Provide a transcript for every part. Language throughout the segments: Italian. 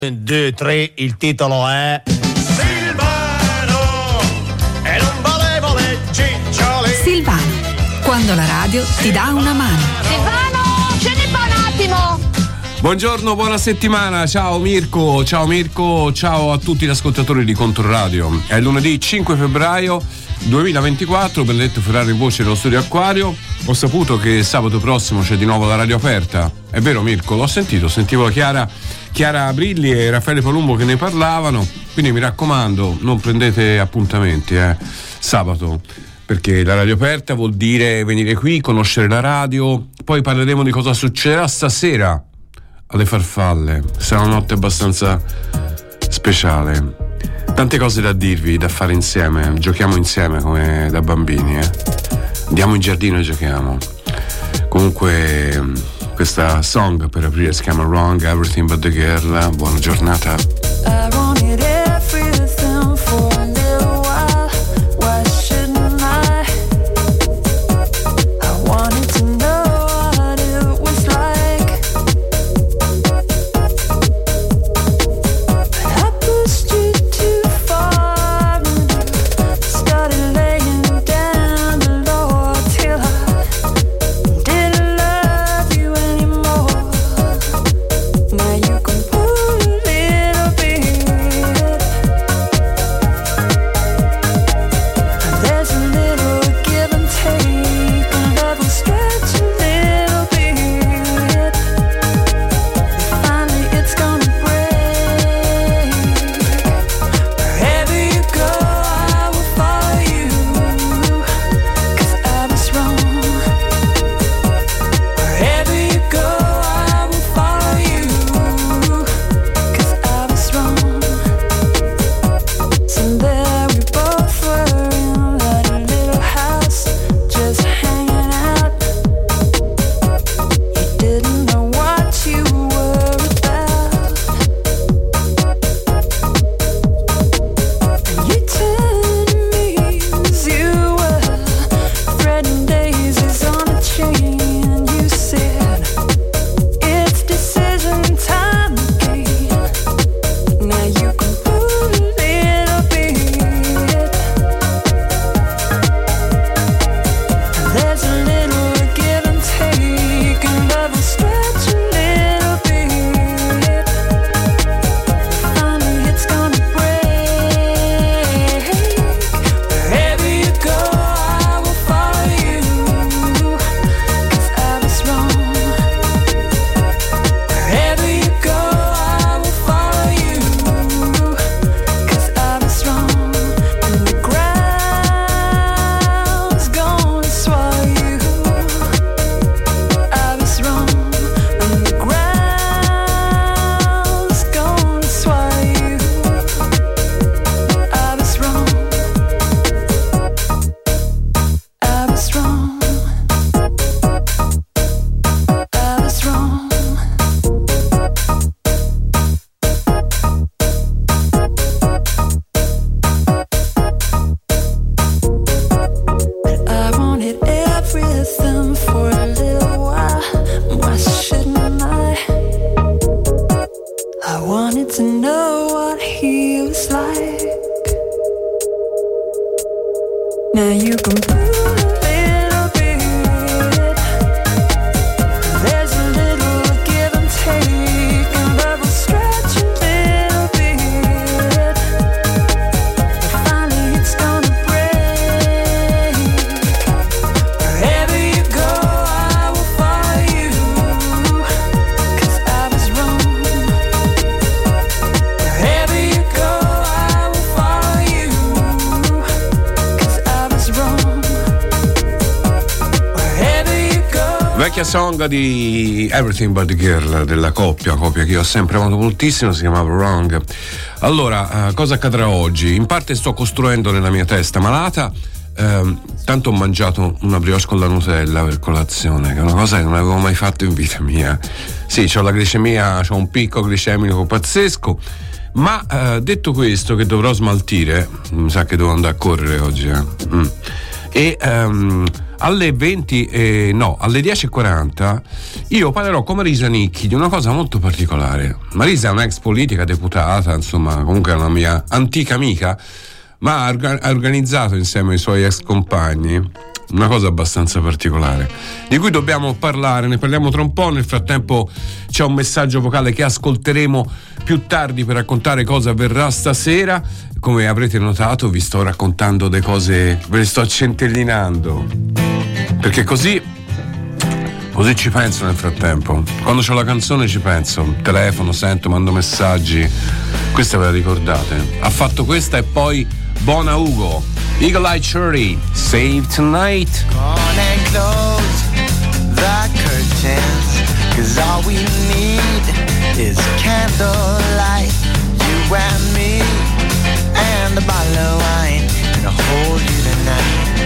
1, 2, 3, il titolo è Silvano e non volevo le cicciole. Silvano, quando la radio ti dà una mano. Silvano, scendi qua un attimo. Buongiorno, buona settimana, ciao Mirko, ciao a tutti gli ascoltatori di Controradio. È lunedì 5 febbraio 2024, Benedetto Ferrari in voce dello studio Acquario. Ho saputo che sabato prossimo c'è di nuovo la radio aperta. È vero Mirko? L'ho sentito, sentivo Chiara Brilli e Raffaele Palumbo che ne parlavano, quindi mi raccomando, non prendete appuntamenti sabato, perché la radio aperta vuol dire venire qui, conoscere la radio. Poi parleremo di cosa succederà stasera alle Farfalle. Sarà una notte abbastanza speciale, tante cose da dirvi, da fare insieme. Giochiamo insieme come da bambini, andiamo in giardino e giochiamo. Comunque questa song per aprire si chiama Wrong, Everything But The Girl. Buona giornata. Song di Everything But The Girl della coppia che io ho sempre amato moltissimo, si chiamava Wrong. Allora, cosa accadrà oggi? In parte sto costruendo nella mia testa malata, tanto ho mangiato una brioche con la Nutella per colazione, che è una cosa che non avevo mai fatto in vita mia. Sì, c'ho la glicemia, c'ho un picco glicemico pazzesco, ma detto questo, che dovrò smaltire, mi sa che devo andare a correre oggi, e alle 10:40 io parlerò con Marisa Nicchi di una cosa molto particolare. Marisa è un'ex politica, deputata, insomma, comunque è una mia antica amica, ma ha organizzato insieme ai suoi ex compagni una cosa abbastanza particolare di cui dobbiamo parlare. Ne parliamo tra un po'. Nel frattempo c'è un messaggio vocale che ascolteremo più tardi per raccontare cosa avverrà stasera. Come avrete notato, vi sto raccontando delle cose, ve le sto centellinando, perché così ci penso nel frattempo. Quando c'ho la canzone ci penso, telefono, sento, mando messaggi. Questa ve la ricordate? Ha fatto questa e poi Bona Ugo, Eagle Eye Cherry, Save Tonight. Gone and close the curtains, 'cause all we need is candlelight. You and me and a bottle of wine, gonna hold you tonight.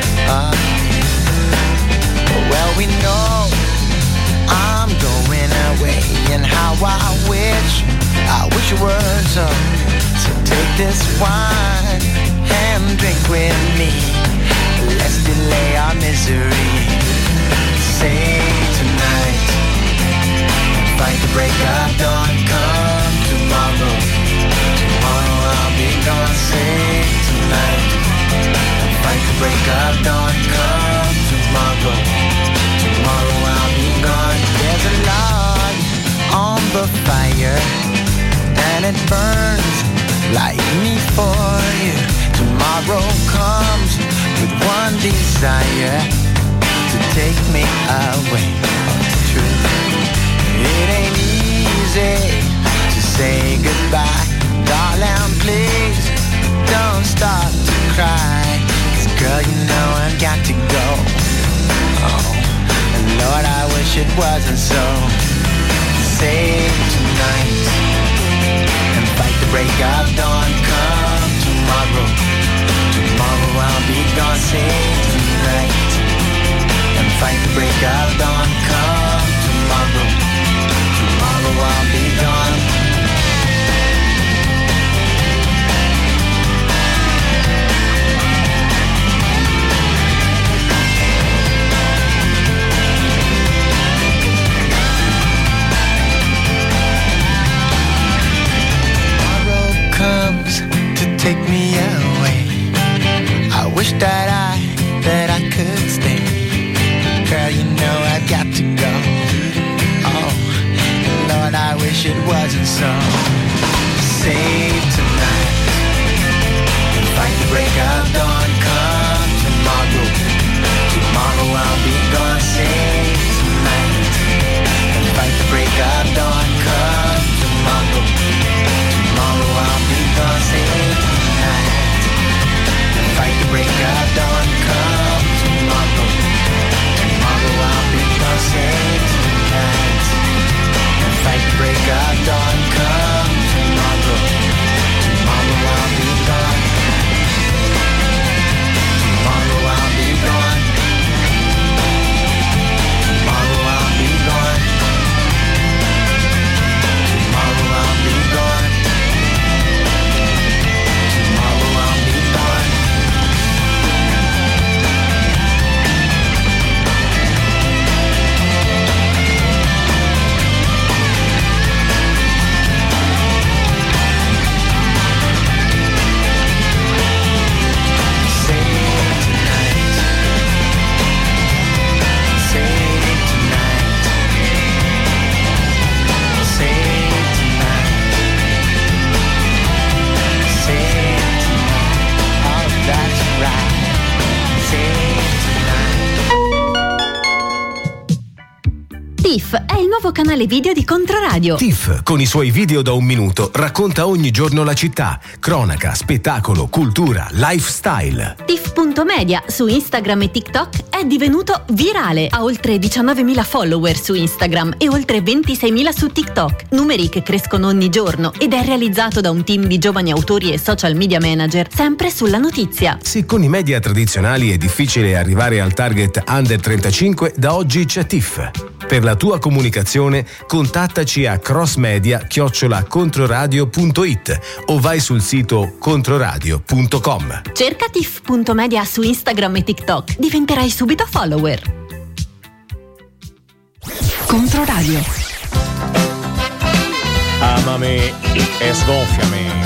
Well, we know I'm going away, and how I wish it were so. So take this wine and drink with me. Let's delay our misery. Save tonight, fight the break of dawn. Come tomorrow, tomorrow I'll be gone. Save tonight, fight the break of dawn. Come tomorrow, tomorrow I'll be gone. There's a log on the fire, and it burns like me for you. Tomorrow comes with one desire, to take me away. Oh, it's true. It ain't easy to say goodbye. Darling, please don't start to cry. 'Cause girl, you know I've got to go. Oh, and Lord, I wish it wasn't so. Save tonight and fight the break of dawn. Come tomorrow, tomorrow I'll be gone. Save tonight and fight the break of dawn. Come tomorrow, tomorrow I'll be gone. Comes to take me away. I wish that I could stay. Girl, you know I've got to go. Oh, Lord, I wish it wasn't so. Save tonight and fight the break of dawn. Come tomorrow, tomorrow I'll be gone. Save tonight and fight the break of dawn. Come tomorrow, tomorrow I'll be gone. Save tonight and fight the break of dawn. Come tomorrow, tomorrow I'll be gone. Save tonight and fight the break of dawn. Come tomorrow, tomorrow I'll be gone. Tomorrow I'll be gone. Tomorrow I'll be gone. Tomorrow I'll be gone. Tomorrow I'll be gone. Save tonight. Save tonight. Save tonight. Save tonight. Oh, that's right. Save tonight. TIFF è il nuovo canale video di Controradio. TIFF, con i suoi video da 1 minuto, racconta ogni giorno la città. Cronaca, spettacolo, cultura, lifestyle. TIFF.media su Instagram e TikTok è divenuto virale. Ha oltre 19.000 follower su Instagram e oltre 26.000 su TikTok. Numeri che crescono ogni giorno ed è realizzato da un team di giovani autori e social media manager, sempre sulla notizia. Se con i media tradizionali è difficile arrivare al target under 35, da oggi c'è TIFF. Per la tua comunicazione informazione contattaci a crossmedia@controradio.it o vai sul sito controradio.com. Cerca tif.media su Instagram e TikTok, diventerai subito follower. Controradio. Amami e sgonfiami.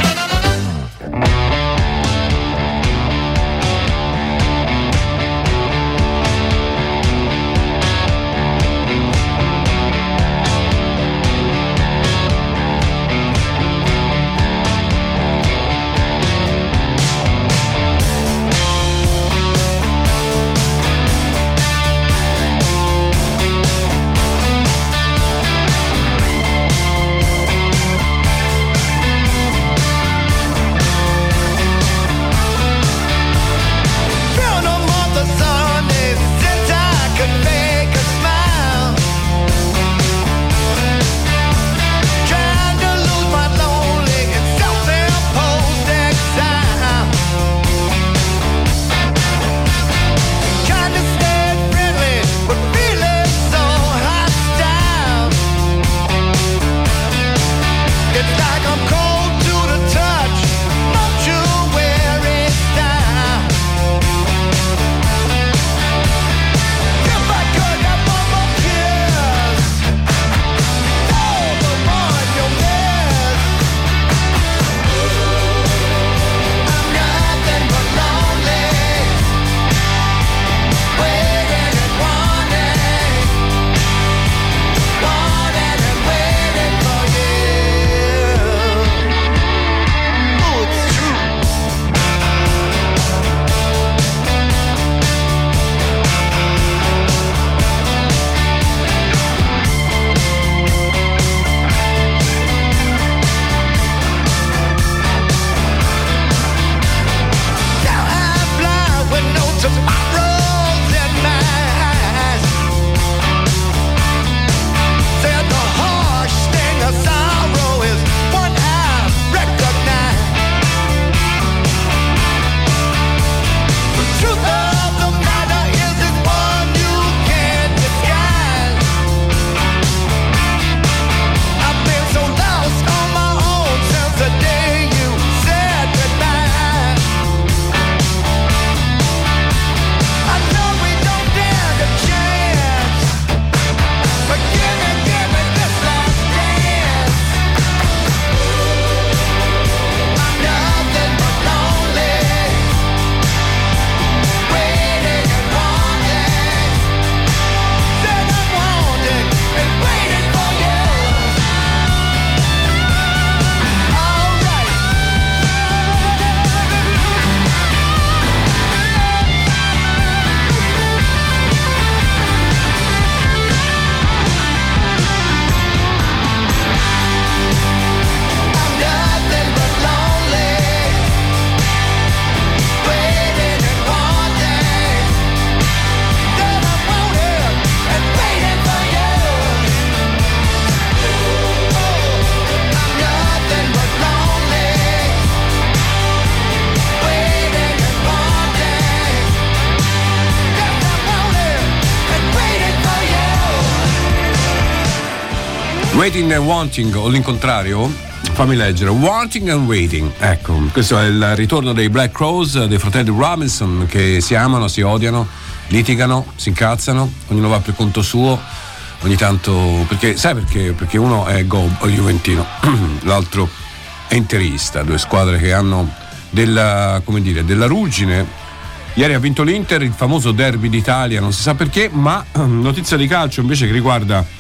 Waiting and Wanting, o l'incontrario? Fammi leggere. Wanting and Waiting. Ecco, questo è il ritorno dei Black Crowes, dei fratelli Robinson, che si amano, si odiano, litigano, si incazzano, ognuno va per conto suo, ogni tanto, perché sai perché? Perché uno è juventino, l'altro è interista, due squadre che hanno della ruggine. Ieri ha vinto l'Inter, il famoso derby d'Italia, non si sa perché, ma notizia di calcio invece che riguarda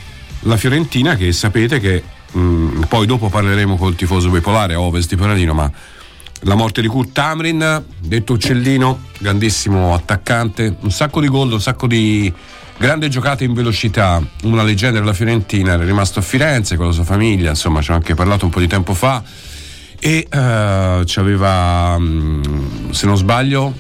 la Fiorentina, che sapete che poi dopo parleremo col tifoso bipolare a Ovest di Paradino, ma la morte di Kurt Tamrin, detto Uccellino, grandissimo attaccante, un sacco di gol, un sacco di grande giocate in velocità, una leggenda della Fiorentina, era rimasto a Firenze con la sua famiglia, insomma ci ho anche parlato un po' di tempo fa, e c'aveva, se non sbaglio,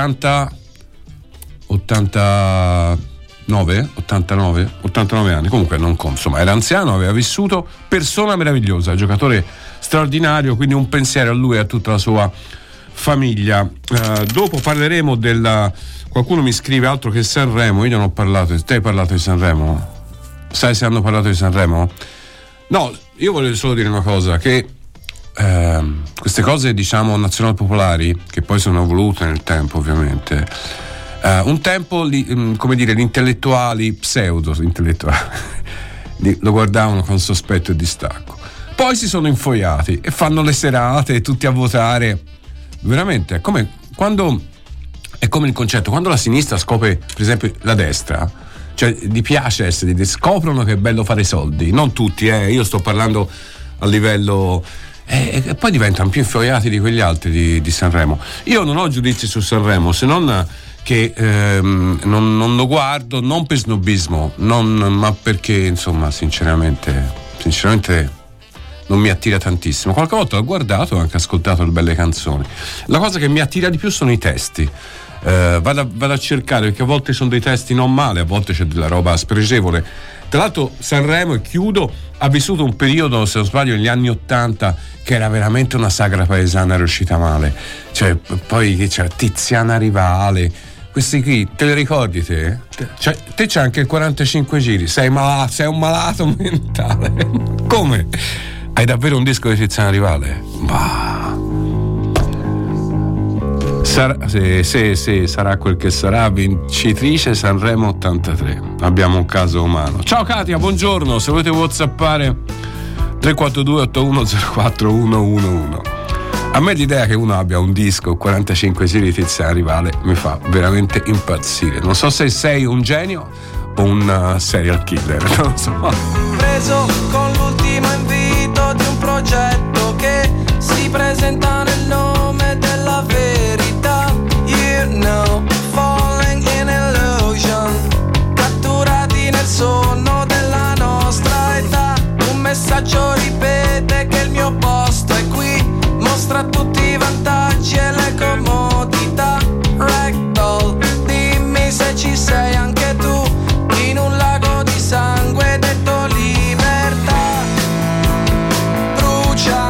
89 anni, comunque non insomma, era anziano, aveva vissuto, persona meravigliosa, giocatore straordinario, quindi un pensiero a lui e a tutta la sua famiglia. Dopo parleremo qualcuno mi scrive altro che Sanremo, io non ho parlato, te hai parlato di Sanremo? Sai se hanno parlato di Sanremo? No, io volevo solo dire una cosa, che queste cose, diciamo, nazional-popolari, che poi sono evolute nel tempo, ovviamente, un tempo, come dire, gli intellettuali, pseudo-intellettuali, lo guardavano con sospetto e distacco. Poi si sono infoiati e fanno le serate, tutti a votare. Veramente, è come il concetto, quando la sinistra scopre, per esempio, la destra, cioè gli piace essere, scoprono che è bello fare soldi, non tutti, io sto parlando a livello, e poi diventano più infoiati di quegli altri di Sanremo. Io non ho giudizi su Sanremo, se non che non lo guardo, non per snobismo, ma perché, insomma, sinceramente non mi attira tantissimo. Qualche volta l'ho guardato e ho anche ascoltato le belle canzoni. La cosa che mi attira di più sono i testi. Vado a cercare, perché a volte sono dei testi non male, a volte c'è della roba spregevole. Tra l'altro Sanremo, e chiudo, ha vissuto un periodo, se non sbaglio, negli anni '80, che era veramente una sagra paesana riuscita male. Cioè, poi c'era Tiziana Rivale, questi qui, te li ricordi te? Cioè, te c'hai anche il 45 giri, sei un malato mentale. Come? Hai davvero un disco di Tiziana Rivale? Bah. Sì, sarà quel che sarà, vincitrice Sanremo 83. Abbiamo un caso umano. Ciao Katia, buongiorno. Se volete whatsappare 342 8104 111. A me l'idea che uno abbia un disco 45 giri di Tiziana Rivale mi fa veramente impazzire. Non so se sei un genio o un serial killer, non lo so. Preso con l'ultimo invito di un progetto che si presenta nel nome della verità. You know, falling in illusion, catturati nel sonno della nostra età. Un messaggio ripete che il mio posto è qui, mostra tutti i vantaggi e le comodità. Ragdoll, dimmi se ci sei anche tu, in un lago di sangue detto libertà. Brucia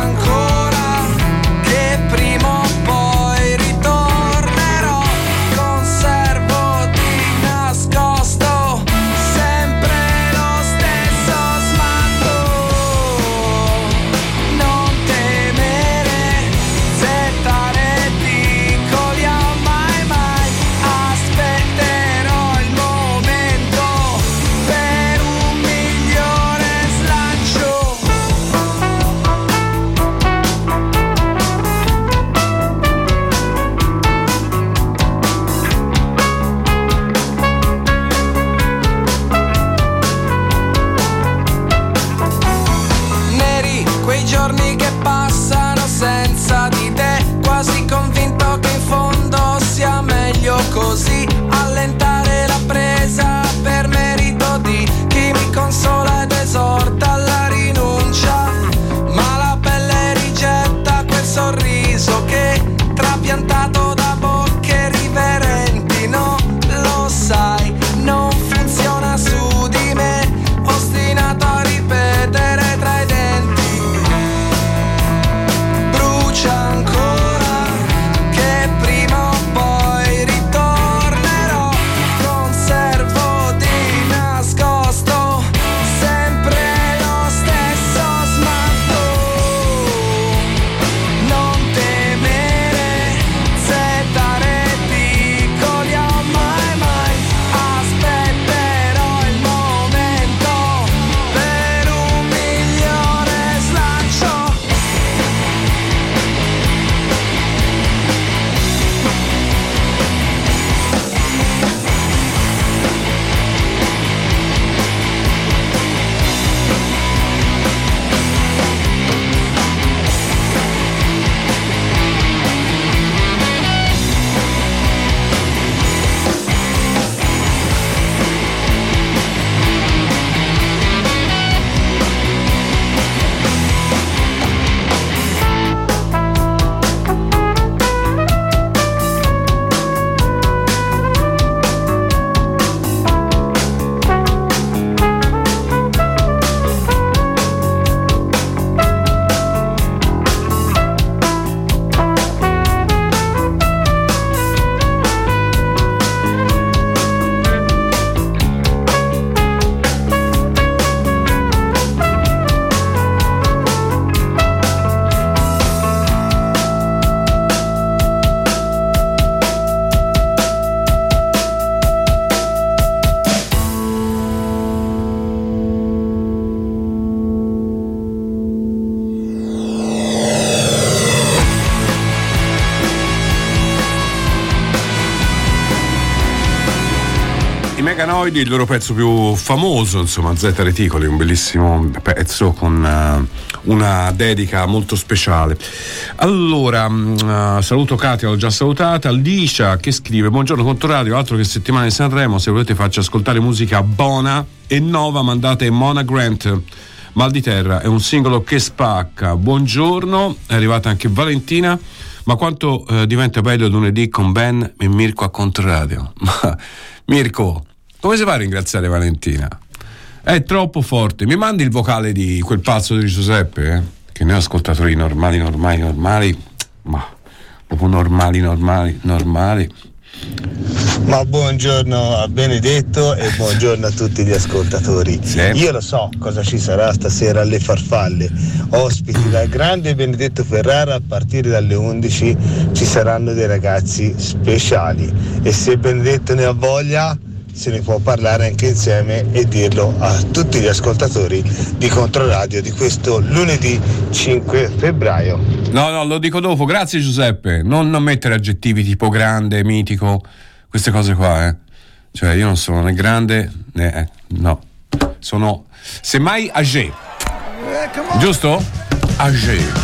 Mecanoidi, il loro pezzo più famoso, insomma, Z Reticoli, un bellissimo pezzo con una dedica molto speciale. Allora, saluto Katia, l'ho già salutata. Licia che scrive: buongiorno Controradio, altro che settimana di Sanremo, se volete faccio ascoltare musica buona e nuova, mandate Mona Grant, Mal di terra, è un singolo che spacca. Buongiorno, è arrivata anche Valentina. Ma quanto diventa bello lunedì con Ben e Mirko a Controradio. Ma Mirko, come si fa a ringraziare Valentina? È troppo forte. Mi mandi il vocale di quel pazzo di Giuseppe? Che noi ascoltatori normali, ma dopo normali. Ma buongiorno a Benedetto e buongiorno a tutti gli ascoltatori. Sì. Io lo so cosa ci sarà stasera alle farfalle. Ospiti dal grande Benedetto Ferrara, a partire dalle 11 ci saranno dei ragazzi speciali e se Benedetto ne ha voglia se ne può parlare anche insieme e dirlo a tutti gli ascoltatori di Controradio di questo lunedì 5 febbraio. No, lo dico dopo, grazie Giuseppe. Non mettere aggettivi tipo grande, mitico, queste cose qua, Cioè io non sono né grande né no. Sono semmai âgé. Giusto? Âgé.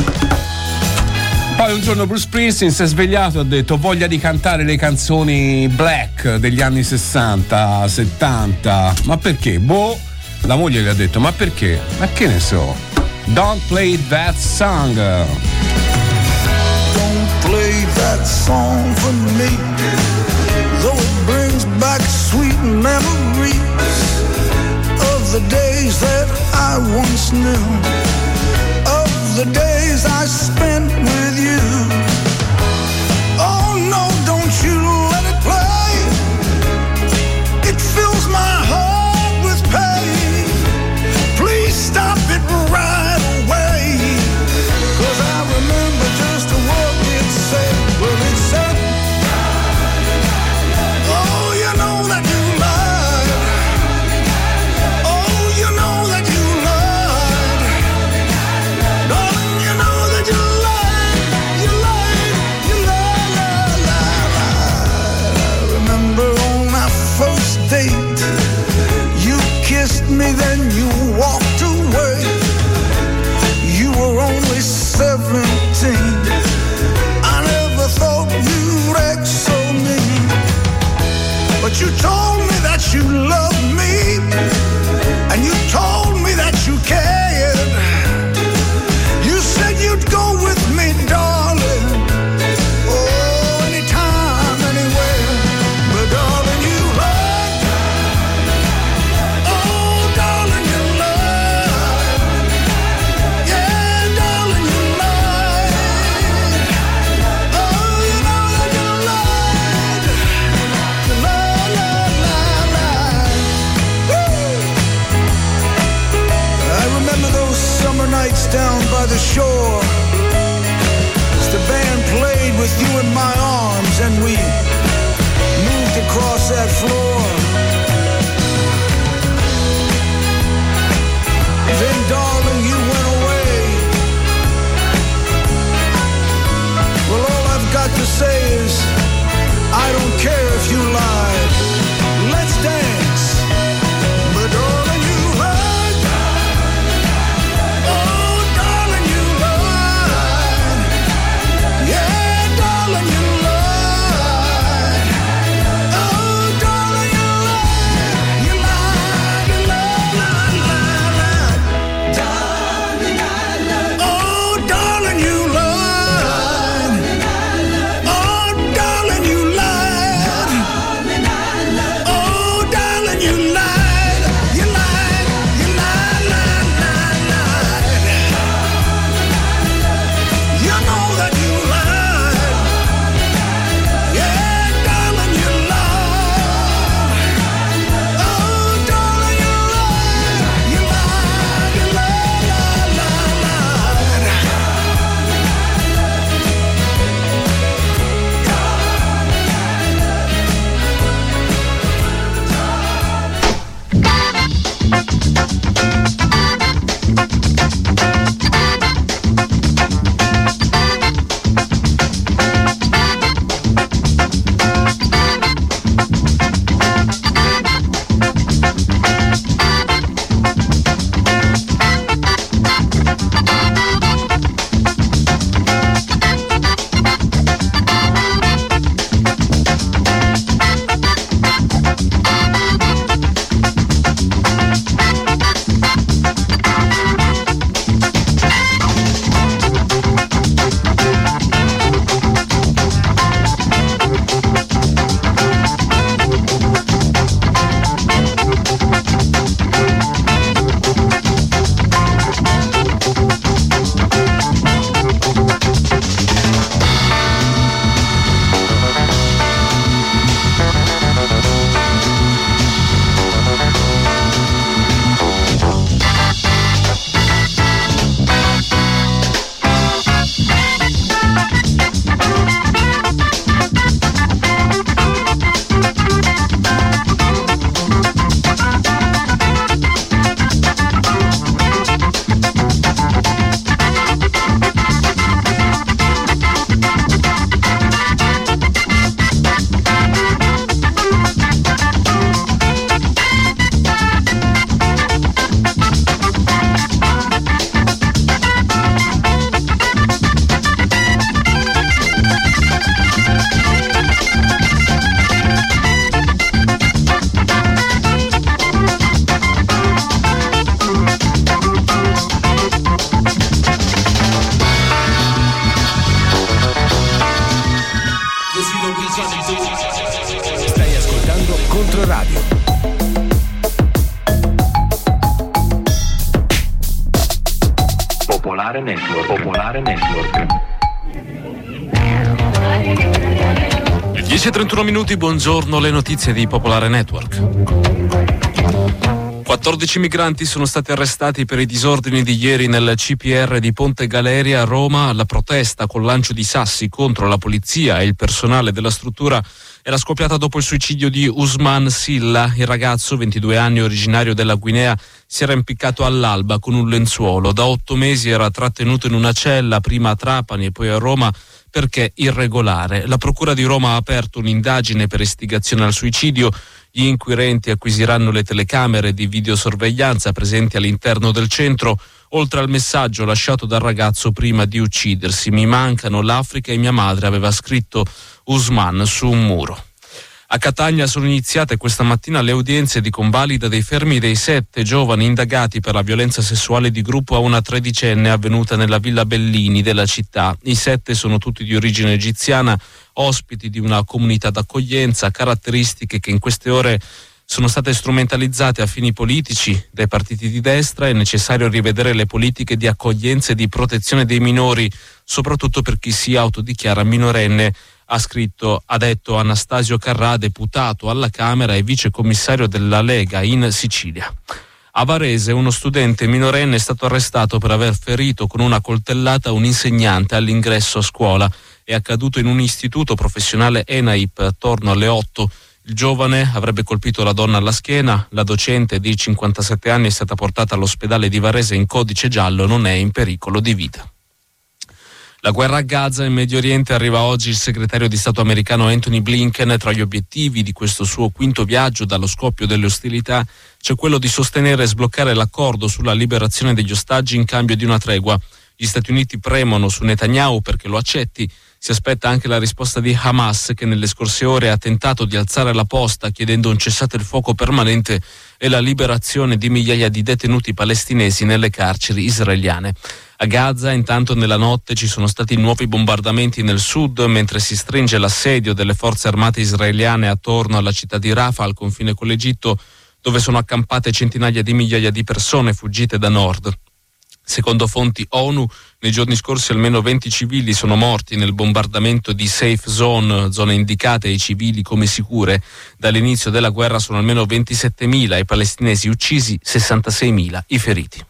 Poi un giorno Bruce Springsteen si è svegliato e ha detto: ho voglia di cantare le canzoni black degli anni 60, 70. Ma perché? La moglie gli ha detto: ma perché? Ma che ne so? Don't play that song. Don't play that song for me, though it brings back sweet memories of the days that I once knew, of the days I spent with you. Oh no, don't you let it play. It fills my heart with pain. Please stop it right away, 'cause I remember just what it said. Well, it said, oh, you know that you lied. Oh, you know that you lied. Darling, you know that you lied. You lied. Controradio. Popolare Network. Popolare Network. 10:31 minuti, buongiorno, le notizie di Popolare Network. 14 migranti sono stati arrestati per i disordini di ieri nel CPR di Ponte Galeria a Roma. La protesta col lancio di sassi contro la polizia e il personale della struttura era scoppiata dopo il suicidio di Usman Silla. Il ragazzo, 22 anni, originario della Guinea, si era impiccato all'alba con un lenzuolo. Da 8 mesi era trattenuto in una cella, prima a Trapani e poi a Roma, perché irregolare. La Procura di Roma ha aperto un'indagine per istigazione al suicidio. Gli inquirenti acquisiranno le telecamere di videosorveglianza presenti all'interno del centro, oltre al messaggio lasciato dal ragazzo prima di uccidersi. Mi mancano l'Africa e mia madre, aveva scritto Usman su un muro. A Catania sono iniziate questa mattina le udienze di convalida dei fermi dei 7 giovani indagati per la violenza sessuale di gruppo a una tredicenne avvenuta nella Villa Bellini della città. I 7 sono tutti di origine egiziana, ospiti di una comunità d'accoglienza, caratteristiche che in queste ore sono state strumentalizzate a fini politici dai partiti di destra. È necessario rivedere le politiche di accoglienza e di protezione dei minori, soprattutto per chi si autodichiara minorenne, ha detto Anastasio Carrà, deputato alla Camera e vicecommissario della Lega in Sicilia. A Varese uno studente minorenne è stato arrestato per aver ferito con una coltellata un insegnante all'ingresso a scuola. È accaduto in un istituto professionale ENAIP attorno alle 8. Il giovane avrebbe colpito la donna alla schiena. La docente di 57 anni è stata portata all'ospedale di Varese in codice giallo, non è in pericolo di vita. La guerra a Gaza e in Medio Oriente. Arriva oggi il segretario di Stato americano Anthony Blinken. Tra gli obiettivi di questo suo quinto viaggio dallo scoppio delle ostilità c'è quello di sostenere e sbloccare l'accordo sulla liberazione degli ostaggi in cambio di una tregua. Gli Stati Uniti premono su Netanyahu perché lo accetti. Si aspetta anche la risposta di Hamas, che nelle scorse ore ha tentato di alzare la posta chiedendo un cessate il fuoco permanente e la liberazione di migliaia di detenuti palestinesi nelle carceri israeliane. A Gaza, intanto, nella notte ci sono stati nuovi bombardamenti nel sud, mentre si stringe l'assedio delle forze armate israeliane attorno alla città di Rafah, al confine con l'Egitto, dove sono accampate centinaia di migliaia di persone fuggite da nord. Secondo fonti ONU, nei giorni scorsi almeno 20 civili sono morti nel bombardamento di safe zone, zone indicate ai civili come sicure. Dall'inizio della guerra sono almeno 27.000 i palestinesi uccisi, 66.000 i feriti.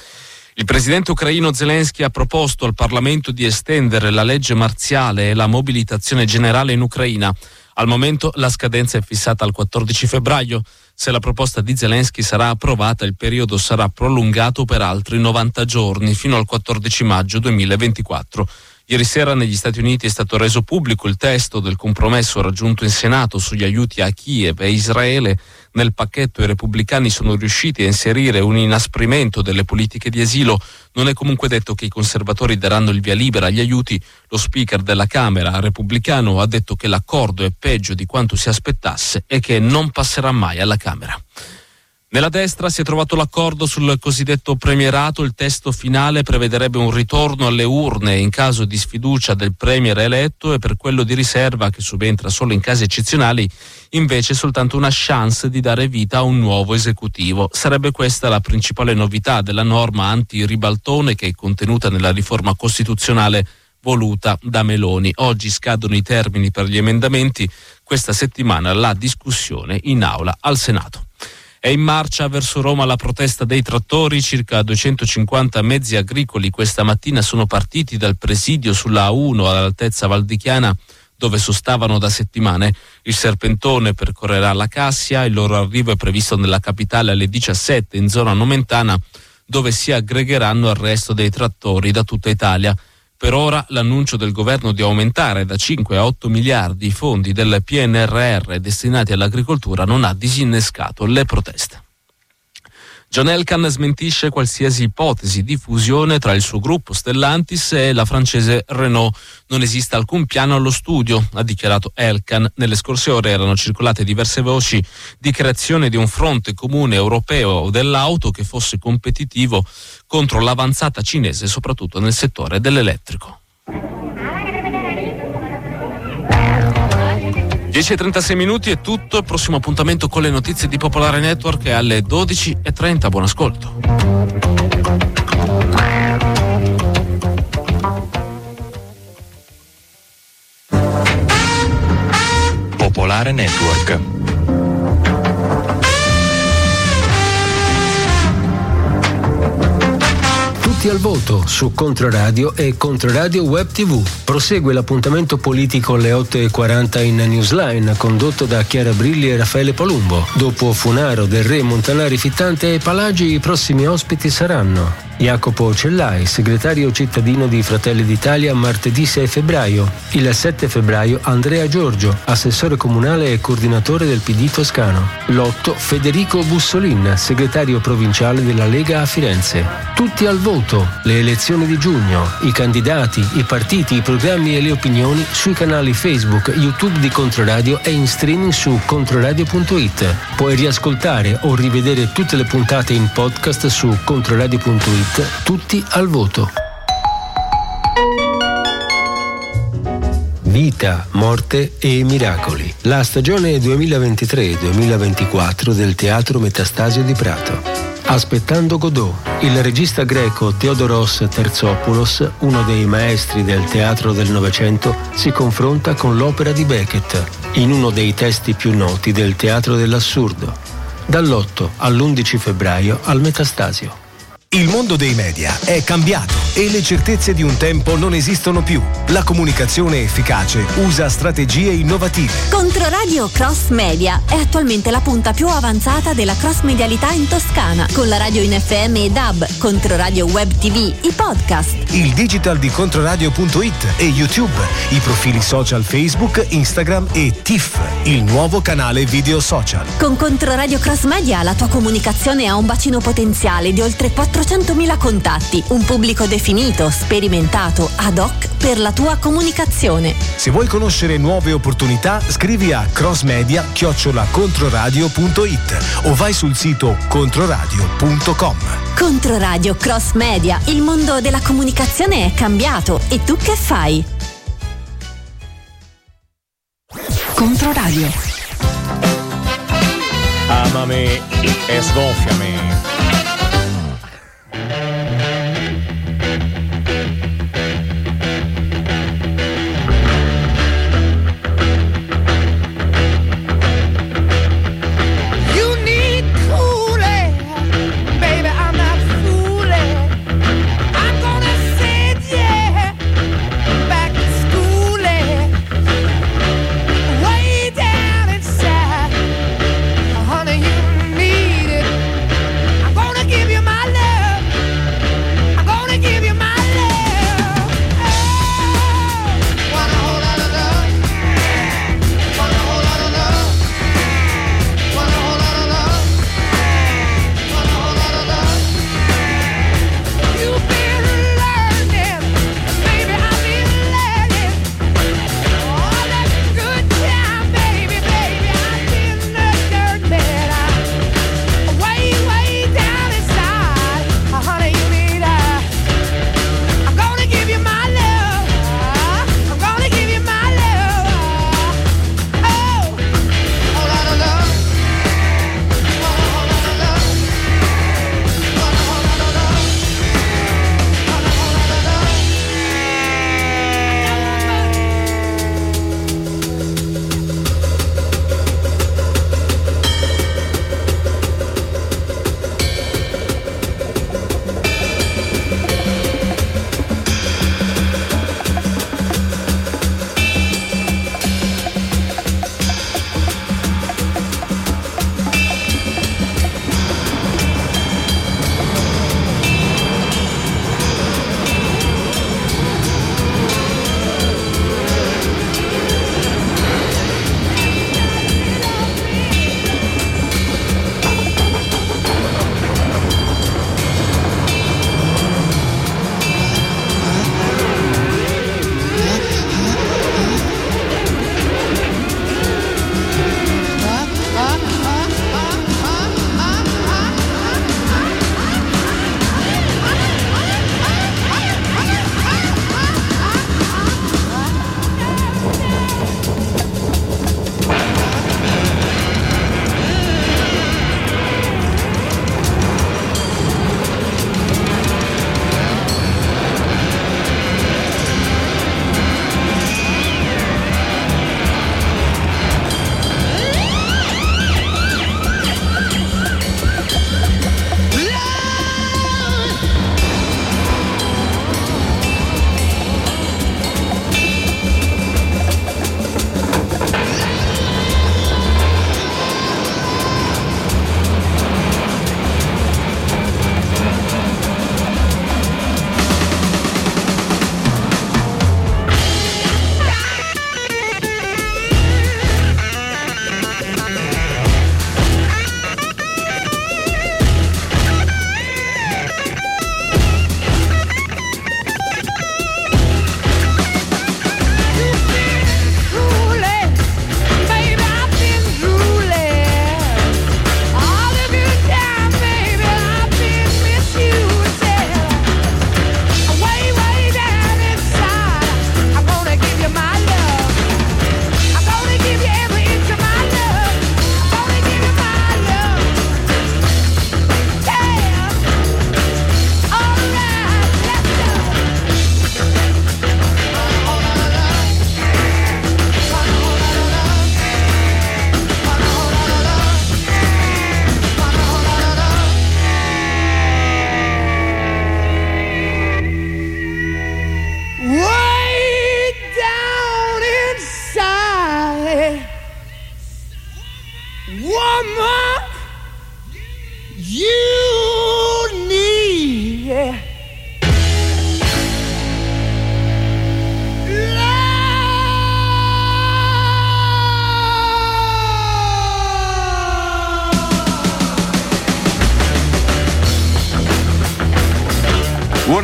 Il presidente ucraino Zelensky ha proposto al Parlamento di estendere la legge marziale e la mobilitazione generale in Ucraina. Al momento la scadenza è fissata al 14 febbraio. Se la proposta di Zelensky sarà approvata, il periodo sarà prolungato per altri 90 giorni, fino al 14 maggio 2024. Ieri sera negli Stati Uniti è stato reso pubblico il testo del compromesso raggiunto in Senato sugli aiuti a Kiev e Israele. Nel pacchetto i repubblicani sono riusciti a inserire un inasprimento delle politiche di asilo. Non è comunque detto che i conservatori daranno il via libera agli aiuti. Lo speaker della Camera repubblicano ha detto che l'accordo è peggio di quanto si aspettasse e che non passerà mai alla Camera. Nella destra si è trovato l'accordo sul cosiddetto premierato. Il testo finale prevederebbe un ritorno alle urne in caso di sfiducia del premier eletto e per quello di riserva, che subentra solo in casi eccezionali, invece soltanto una chance di dare vita a un nuovo esecutivo. Sarebbe questa la principale novità della norma anti-ribaltone che è contenuta nella riforma costituzionale voluta da Meloni. Oggi scadono i termini per gli emendamenti. Questa settimana la discussione in aula al Senato. È in marcia verso Roma la protesta dei trattori. Circa 250 mezzi agricoli questa mattina sono partiti dal presidio sulla A1 all'altezza valdichiana, dove sostavano da settimane. Il serpentone percorrerà la Cassia. Il loro arrivo è previsto nella capitale alle 17 in zona nomentana, dove si aggregheranno al resto dei trattori da tutta Italia. Per ora l'annuncio del governo di aumentare da 5 a 8 miliardi i fondi del PNRR destinati all'agricoltura non ha disinnescato le proteste. John Elkann smentisce qualsiasi ipotesi di fusione tra il suo gruppo Stellantis e la francese Renault. Non esiste alcun piano allo studio, ha dichiarato Elkann. Nelle scorse ore erano circolate diverse voci di creazione di un fronte comune europeo dell'auto che fosse competitivo contro l'avanzata cinese, soprattutto nel settore dell'elettrico. 10:36 è tutto. Il prossimo appuntamento con le notizie di Popolare Network è alle 12:30. Buon ascolto. Popolare Network. Tutti al voto su Controradio e Controradio Web TV. Prosegue l'appuntamento politico alle 8:40 in Newsline, condotto da Chiara Brilli e Raffaele Palumbo. Dopo Funaro, Del Re, Montanari, Fittante e Palagi, i prossimi ospiti saranno Jacopo Cellai, segretario cittadino di Fratelli d'Italia, martedì 6 febbraio. Il 7 febbraio Andrea Giorgio, assessore comunale e coordinatore del PD toscano. L'8 Federico Bussolin, segretario provinciale della Lega a Firenze. Tutti al voto, le elezioni di giugno, i candidati, i partiti, i programmi e le opinioni sui canali Facebook, YouTube di Controradio e in streaming su controradio.it. Puoi riascoltare o rivedere tutte le puntate in podcast su controradio.it. Tutti al voto. Vita, morte e miracoli. La stagione 2023-2024 del Teatro Metastasio di Prato. Aspettando Godot, il regista greco Theodoros Terzopoulos, uno dei maestri del teatro del Novecento, si confronta con l'opera di Beckett, in uno dei testi più noti del teatro dell'assurdo. Dall'8 all'11 febbraio al Metastasio. Il mondo dei media è cambiato e le certezze di un tempo non esistono più. La comunicazione efficace usa strategie innovative. Controradio Cross Media è attualmente la punta più avanzata della cross medialità in Toscana, con la radio in FM e DAB, Controradio Web TV, i podcast, il digital di Controradio.it e YouTube, i profili social Facebook, Instagram e TIFF, il nuovo canale video social. Con Controradio Cross Media la tua comunicazione ha un bacino potenziale di oltre 400.000 contatti, un pubblico definito, sperimentato, ad hoc per la tua comunicazione. Se vuoi conoscere nuove opportunità, scrivi a crossmedia@controradio.it o vai sul sito controradio.com. Controradio Cross Media, il mondo della comunicazione è cambiato e tu che fai? Controradio. Amami e sgonfiami. Honey, you need it.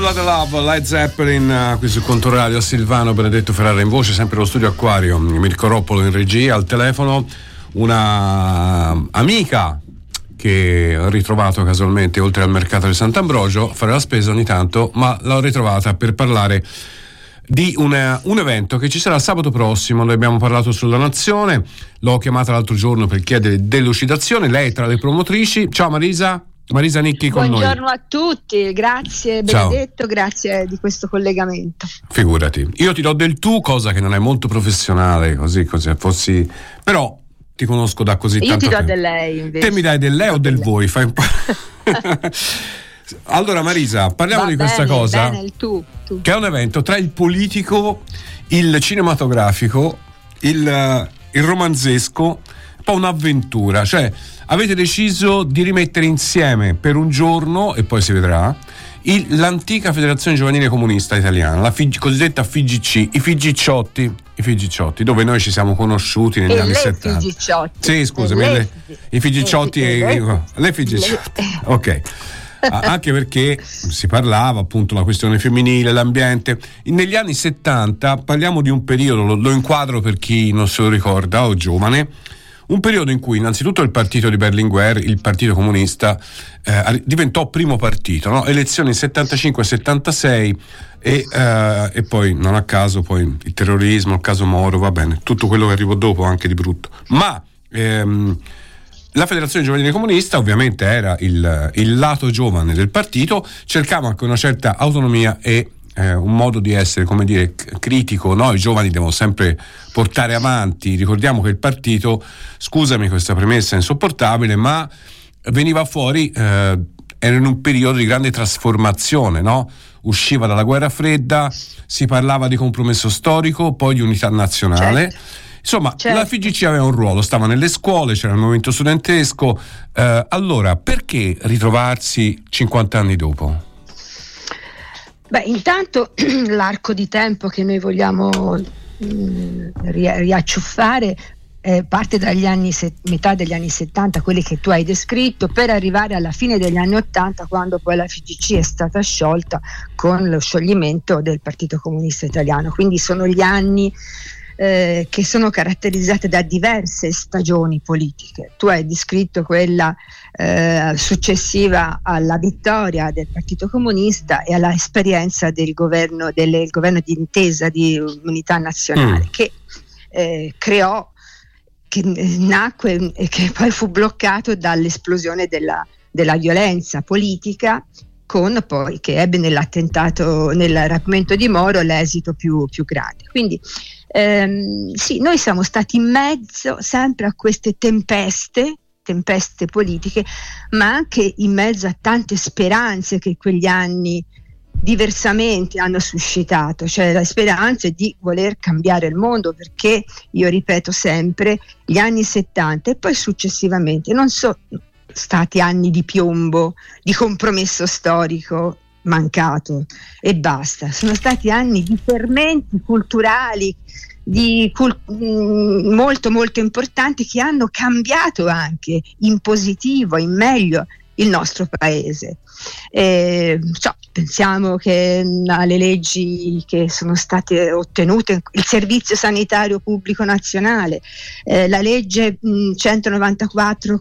Lotta Love, Led Zeppelin, qui su Controradio. Silvano Benedetto Ferrara in voce, sempre lo studio Acquario, Mirko Roppolo in regia, al telefono una amica che ho ritrovato casualmente oltre al mercato di Sant'Ambrogio a fare la spesa ogni tanto, ma l'ho ritrovata per parlare di un evento che ci sarà sabato prossimo. Ne abbiamo parlato sulla Nazione, l'ho chiamata l'altro giorno per chiedere delucidazione, lei è tra le promotrici. Ciao Marisa Nicchi con noi. Buongiorno a tutti, grazie Benedetto, grazie di questo collegamento. Figurati, io ti do del tu, cosa che non è molto professionale, così fossi, però ti conosco da così tanto tempo. Io ti do del lei invece. Te mi dai del lei o del voi? Fai un po'. Allora Marisa, parliamo di questa cosa, il tu. Che è un evento tra il politico, il cinematografico, il romanzesco, un po' un'avventura, cioè avete deciso di rimettere insieme per un giorno, e poi si vedrà, l'antica Federazione Giovanile Comunista Italiana, la cosiddetta FIGC, i Figicciotti, dove noi ci siamo conosciuti negli anni 70. Figicciotti. Sì, scusami, i Figicciotti le Figicciotti. Ok. Anche perché si parlava appunto della questione femminile, l'ambiente. Negli anni 70 parliamo di un periodo, lo inquadro per chi non se lo ricorda o giovane, un periodo in cui innanzitutto il partito di Berlinguer, il Partito Comunista, diventò primo partito, no? Elezioni 75-76 e poi non a caso poi il terrorismo, il caso Moro, va bene, tutto quello che arrivò dopo anche di brutto, ma la Federazione Giovanile Comunista ovviamente era il lato giovane del partito, cercava anche una certa autonomia e un modo di essere, come dire, critico, no? I giovani devono sempre portare avanti. Ricordiamo che il partito, scusami questa premessa insopportabile, ma veniva fuori, era in un periodo di grande trasformazione, no? Usciva dalla guerra fredda, si parlava di compromesso storico, poi di unità nazionale. Certo. Insomma, la FIGC aveva un ruolo, stava nelle scuole, c'era il movimento studentesco. Allora, perché ritrovarsi 50 anni dopo? Beh, intanto l'arco di tempo che noi vogliamo riacciuffare parte dagli metà degli anni 70, quelli che tu hai descritto, per arrivare alla fine degli anni 80, quando poi la FIGC è stata sciolta con lo scioglimento del Partito Comunista Italiano. Quindi sono gli anni che sono caratterizzate da diverse stagioni politiche. Tu hai descritto quella successiva alla vittoria del Partito Comunista e alla esperienza del governo di intesa di unità nazionale che creò, che nacque e che poi fu bloccato dall'esplosione della violenza politica, con poi che ebbe nel rapimento di Moro l'esito più grande. Quindi sì, noi siamo stati in mezzo sempre a queste tempeste politiche, ma anche in mezzo a tante speranze che quegli anni diversamente hanno suscitato, cioè la speranza di voler cambiare il mondo, perché io ripeto sempre, gli anni 70 e poi successivamente non sono stati anni di piombo, di compromesso storico mancato e basta, sono stati anni di fermenti culturali molto molto importanti, che hanno cambiato anche in positivo, in meglio, il nostro paese. Pensiamo che alle leggi che sono state ottenute, il servizio sanitario pubblico nazionale, la legge 194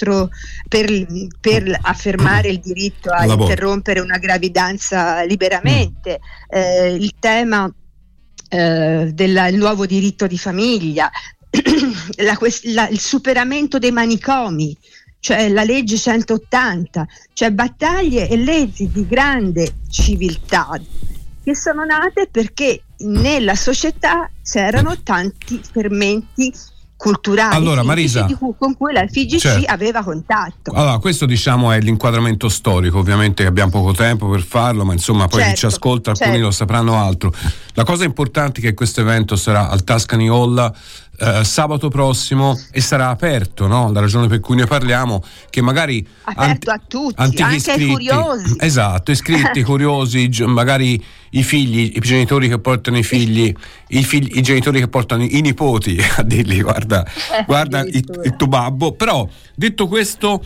per affermare il diritto a interrompere una gravidanza liberamente, il tema del nuovo diritto di famiglia, il superamento dei manicomi, cioè la legge 180, cioè battaglie e leggi di grande civiltà che sono nate perché nella società c'erano tanti fermenti culturali, allora, Marisa, con cui la FIGC aveva contatto. Allora, questo diciamo è l'inquadramento storico, ovviamente abbiamo poco tempo per farlo, ma insomma poi chi ci ascolta, alcuni lo sapranno altro. La cosa importante è che questo evento sarà al Tuscany Hall sabato prossimo e sarà aperto, no? La ragione per cui ne parliamo, che magari aperto a tutti, anche ai curiosi. Esatto, iscritti, curiosi, magari i figli, i genitori che portano i figli, i genitori che portano i nipoti a dirgli guarda il tuo babbo. Però detto questo,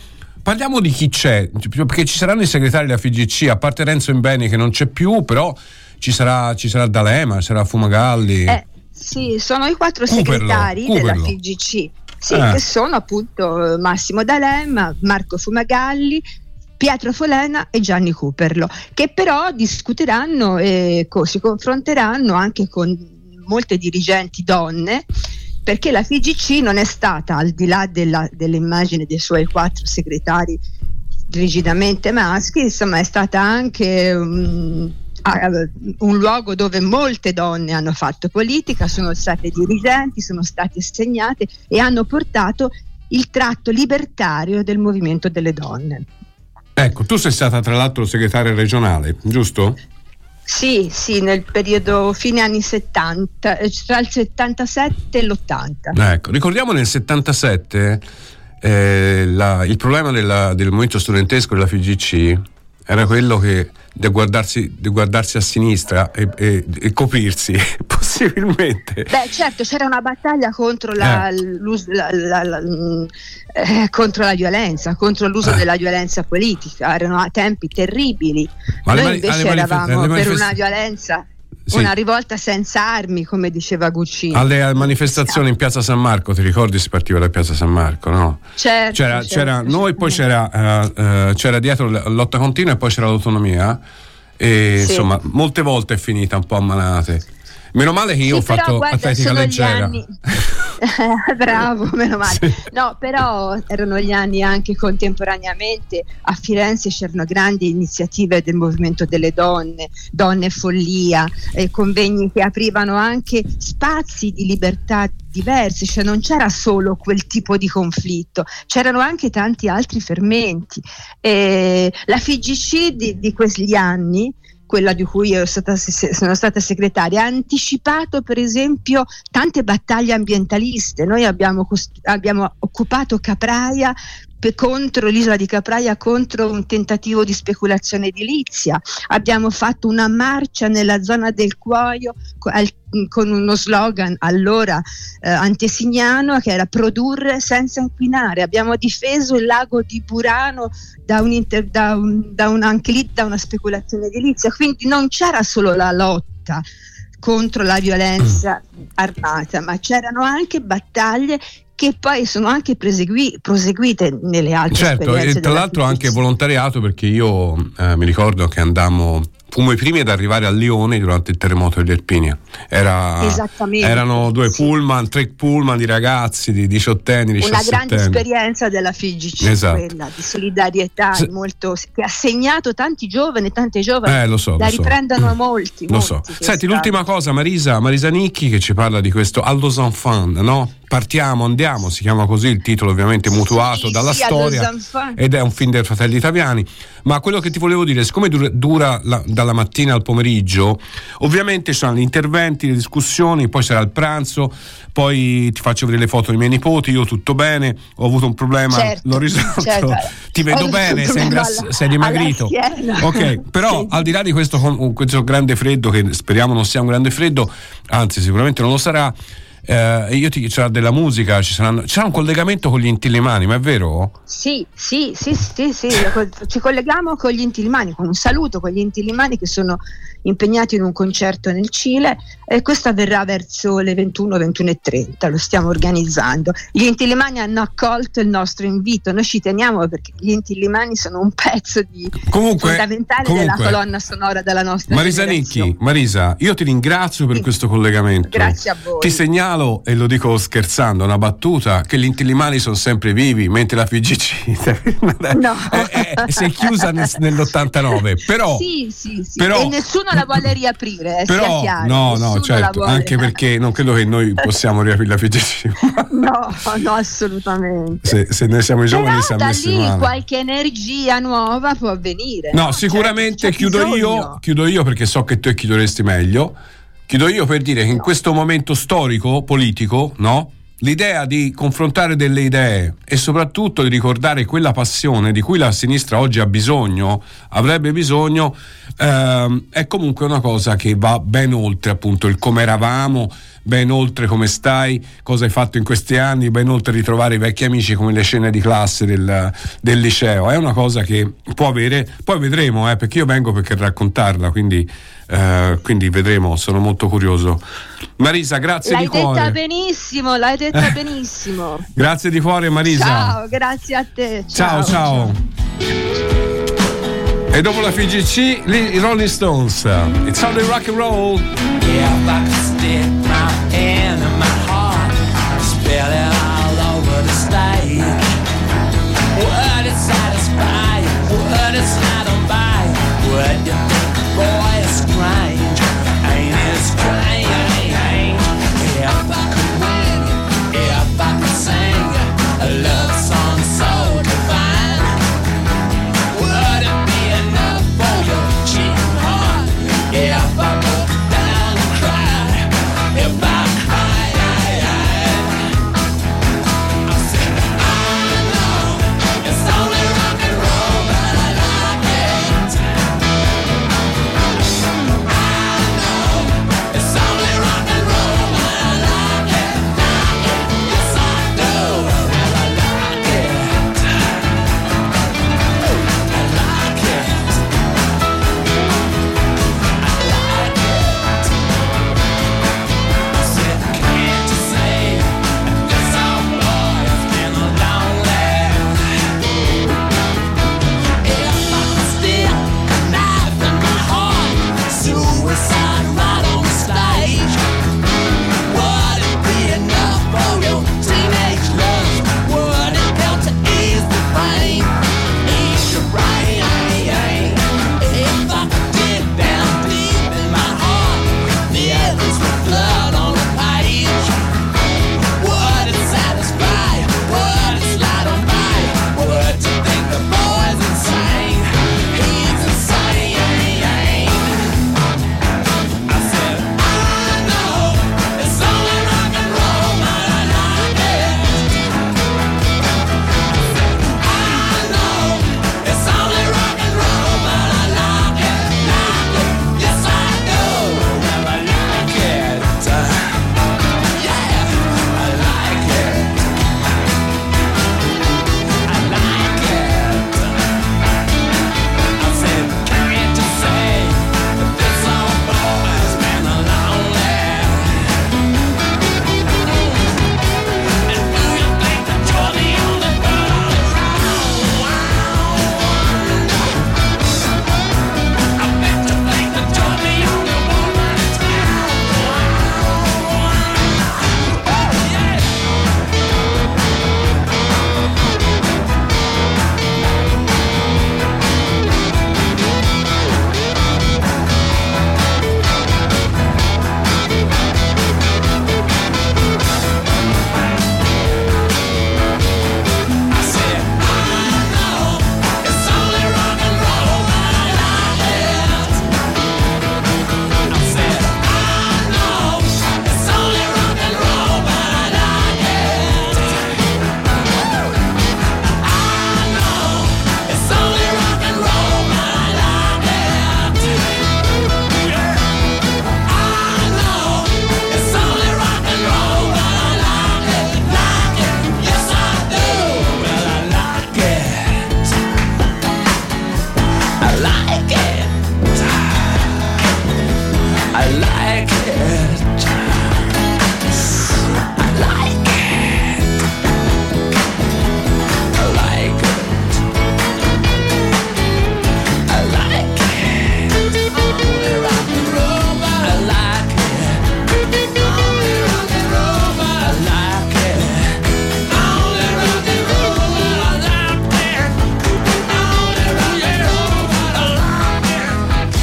parliamo di chi c'è, perché ci saranno i segretari della FIGC, a parte Renzo Imbeni che non c'è più, però ci sarà D'Alema, ci sarà Fumagalli. Sì, sono i 4 segretari della FIGC, che sono appunto Massimo D'Alema, Marco Fumagalli, Pietro Folena e Gianni Cooperlo, che però discuteranno e si confronteranno anche con molte dirigenti donne, perché la FIGC non è stata, al di là dell'immagine dei suoi 4 segretari rigidamente maschi, insomma è stata anche un luogo dove molte donne hanno fatto politica, sono state dirigenti, sono state assegnate e hanno portato il tratto libertario del movimento delle donne. Ecco, tu sei stata tra l'altro segretaria regionale, giusto? Sì, nel periodo fine anni 70, tra il 77 e l'80. Ecco, ricordiamo nel 77 il problema del movimento studentesco della FIGC era quello che di guardarsi a sinistra e coprirsi possibilmente. Beh, certo, c'era una battaglia contro contro la violenza, contro l'uso della violenza politica. Erano tempi terribili. Noi invece eravamo per una violenza, una rivolta senza armi, come diceva Guccini. Alle manifestazioni in Piazza San Marco, ti ricordi, si partiva da Piazza San Marco, no? Certo, c'era noi, poi c'era dietro la lotta continua e poi c'era l'autonomia e insomma molte volte è finita un po' a manate. Meno male che io ho fatto atletica leggera. Bravo, meno male. Sì. No, però erano gli anni anche contemporaneamente a Firenze c'erano grandi iniziative del movimento delle donne follia, convegni che aprivano anche spazi di libertà diversi, cioè non c'era solo quel tipo di conflitto, c'erano anche tanti altri fermenti. La FIGC di quegli anni, quella di cui sono stata segretaria, ha anticipato per esempio tante battaglie ambientaliste. Noi abbiamo occupato Capraia contro l'isola di Capraia, contro un tentativo di speculazione edilizia. Abbiamo fatto una marcia nella zona del Cuoio con uno slogan allora antesignano, che era produrre senza inquinare. Abbiamo difeso il lago di Burano anche lì da una speculazione edilizia. Quindi non c'era solo la lotta contro la violenza armata, ma c'erano anche battaglie che poi sono anche proseguite nelle altre esperienze. Certo, e tra l'altro anche volontariato, perché io mi ricordo che fummo i primi ad arrivare a Lione durante il terremoto dell'Irpinia. Erano 3 pullman di ragazzi di 18 anni, 17 una grande esperienza della FIGC, quella di solidarietà, che ha segnato tante giovani riprendono molti. Senti, l'ultima cosa, Marisa Nicchi, che ci parla di questo Allos Enfants, no? Andiamo, si chiama così il titolo, ovviamente mutuato dalla storia, ed è un film dei Fratelli Italiani. Ma quello che ti volevo dire, siccome dura dalla mattina al pomeriggio, ovviamente ci sono gli interventi, le discussioni, poi sarà il pranzo, poi ti faccio vedere le foto dei miei nipoti. Io tutto bene, ho avuto un problema, l'ho risolto, ti vedo bene, sei dimagrito, ok, però al di là di questo grande freddo, che speriamo non sia un grande freddo, anzi sicuramente non lo sarà, c'era della musica, c'era un collegamento con gli Inti-Illimani, ma è vero? Sì, ci colleghiamo con gli Inti-Illimani, con un saluto con gli Inti-Illimani che sono impegnati in un concerto nel Cile, e questo avverrà verso le 21:30, lo stiamo organizzando. Gli Inti-Illimani hanno accolto il nostro invito, noi ci teniamo perché gli Inti-Illimani sono un pezzo fondamentale della colonna sonora della nostra generazione. Marisa, io ti ringrazio per questo collegamento. Grazie a voi. Ti segnalo, e lo dico scherzando, una battuta, che gli Inti-Illimani sono sempre vivi, mentre la FIGC si è chiusa nell'89, però e nessuno la vuole riaprire, però, sia chiaro. No, certo, anche perché non credo che noi possiamo riaprire la FIGC. no, assolutamente. Se noi siamo i giovani, però da lì qualche energia nuova può avvenire. No, sicuramente chiudo io perché so che tu chiuderesti meglio. Chiudo io per dire che in questo momento storico, politico, no? L'idea di confrontare delle idee e soprattutto di ricordare quella passione di cui la sinistra oggi avrebbe bisogno, è comunque una cosa che va ben oltre appunto il come eravamo, ben oltre come stai, cosa hai fatto in questi anni, ben oltre ritrovare i vecchi amici come le scene di classe del liceo. È una cosa che può avere, poi vedremo, perché io vengo per raccontarla, quindi vedremo, sono molto curioso. Marisa, grazie di cuore. L'hai detta benissimo. Grazie di cuore, Marisa. Ciao, grazie a te. Ciao. E dopo la FGC, i Rolling Stones. It's only rock and roll. Yeah, if I could stick my hand in my heart, spell it all over the stage. Would it satisfy? Would it slide on by? Would you think, boy, it's strange? Ain't it strange? If I could win, if I could sing a love song so divine, would it be enough for your cheating heart? If I broke down and cried, if I cried, I said, I know it's only rock and roll, but I like it. I know it's only rock and roll, but I like it, yes I do, well I like it, I like it, I said, can't you see, this old boy has been lonely. If I could stick a knife in my heart, suicide right on the stage, would it be enough for your teenage love? Would it help to ease the pain, ease your brain? If I could dig down deep in my heart, feelings with blood on the page, would it satisfy? Would it slide on by? Would you think the boy's insane? He's insane. I said, I know it's only rock and roll, but I like it. I know it's only rock and roll, but I like it, yes I do, well I like it, yeah, I like it, I like it. I said, can't you say that this old boy's been lonely? And do you think that you're the only girl around? I bet you think that you're the only woman in town. I said, I know it's only rock and roll, but I like it. I said, I know it's only rock and roll, but I like it. I know it's only rock and roll, but I like it. I know it's only rock and roll, but I like it, yes I do, well I like it, I like it, I like it, I like it, I like it, I like it, only rock and roll, but I like it, only rock and roll, but I like it, only rock and roll, but I like it, only rock and roll, but I like it,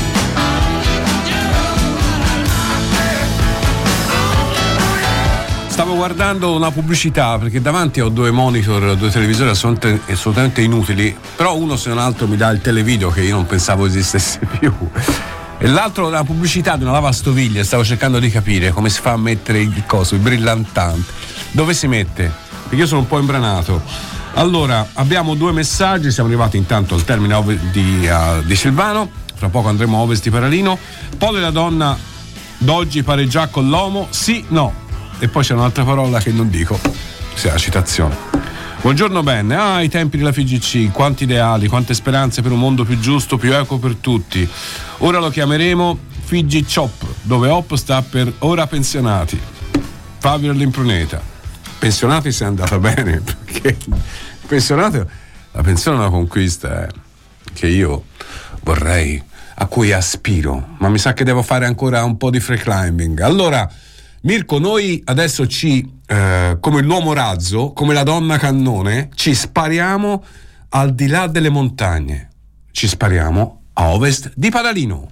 Stavo guardando una pubblicità perché davanti ho due monitor, due televisori assolutamente inutili, però uno se non altro mi dà il televideo che io non pensavo esistesse più, e l'altro una pubblicità di una lavastoviglie. Stavo cercando di capire come si fa a mettere il coso, il brillantante, dove si mette, perché io sono un po' imbranato. Allora, abbiamo due messaggi, siamo arrivati intanto al termine di Silvano, fra poco andremo a Ovest di Paralino. Polo e la donna D'oggi pareggià con l'uomo, sì, no. E poi c'è un'altra parola che non dico, se è la citazione. Buongiorno Ben, i tempi della FIGC, quanti ideali, quante speranze per un mondo più giusto, più equo per tutti. Ora lo chiameremo Figi Chop, dove Hop sta per ora pensionati. Fabio dell'Impruneta. Pensionati se è andata bene, perché pensionato, la pensione è una conquista che io vorrei, a cui aspiro, ma mi sa che devo fare ancora un po' di free climbing. Allora, Mirko, noi adesso come l'uomo razzo, come la donna cannone, ci spariamo al di là delle montagne. Ci spariamo a ovest di Padalino.